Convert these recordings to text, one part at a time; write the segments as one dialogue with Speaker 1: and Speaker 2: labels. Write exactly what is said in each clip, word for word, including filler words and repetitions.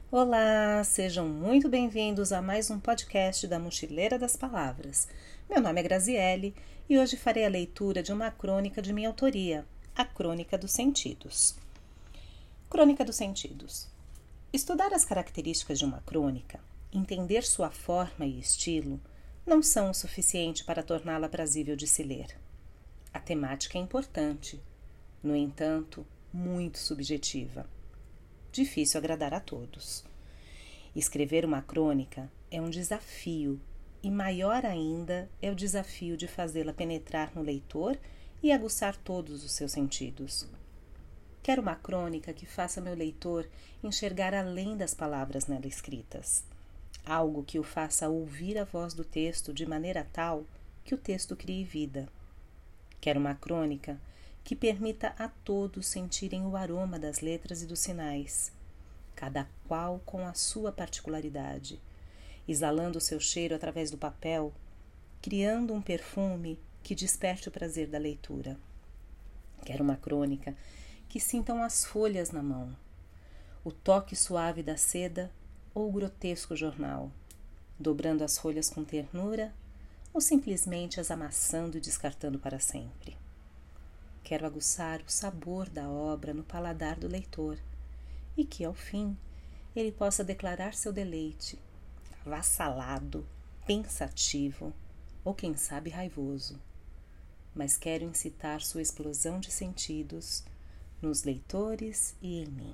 Speaker 1: Olá, sejam muito bem-vindos a mais um podcast da Mochileira das Palavras. Meu nome é Graziele e hoje farei a leitura de uma crônica de minha autoria, a Crônica dos Sentidos. Crônica dos Sentidos. Estudar as características de uma crônica, entender sua forma e estilo, não são o suficiente para torná-la aprazível de se ler. A temática é importante, no entanto, muito subjetiva. Difícil agradar a todos. Escrever uma crônica é um desafio e maior ainda é o desafio de fazê-la penetrar no leitor e aguçar todos os seus sentidos. Quero uma crônica que faça meu leitor enxergar além das palavras nela escritas, algo que o faça ouvir a voz do texto de maneira tal que o texto crie vida. Quero uma crônica que permita a todos sentirem o aroma das letras e dos sinais, cada qual com a sua particularidade, exalando o seu cheiro através do papel, criando um perfume que desperte o prazer da leitura. Quero uma crônica que sintam as folhas na mão, o toque suave da seda ou o grotesco jornal, dobrando as folhas com ternura ou simplesmente as amassando e descartando para sempre. Quero aguçar o sabor da obra no paladar do leitor e que, ao fim, ele possa declarar seu deleite, avassalado, pensativo ou, quem sabe, raivoso. Mas quero incitar sua explosão de sentidos nos leitores e em mim.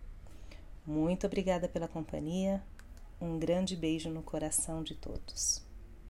Speaker 1: Muito obrigada pela companhia, um grande beijo no coração de todos.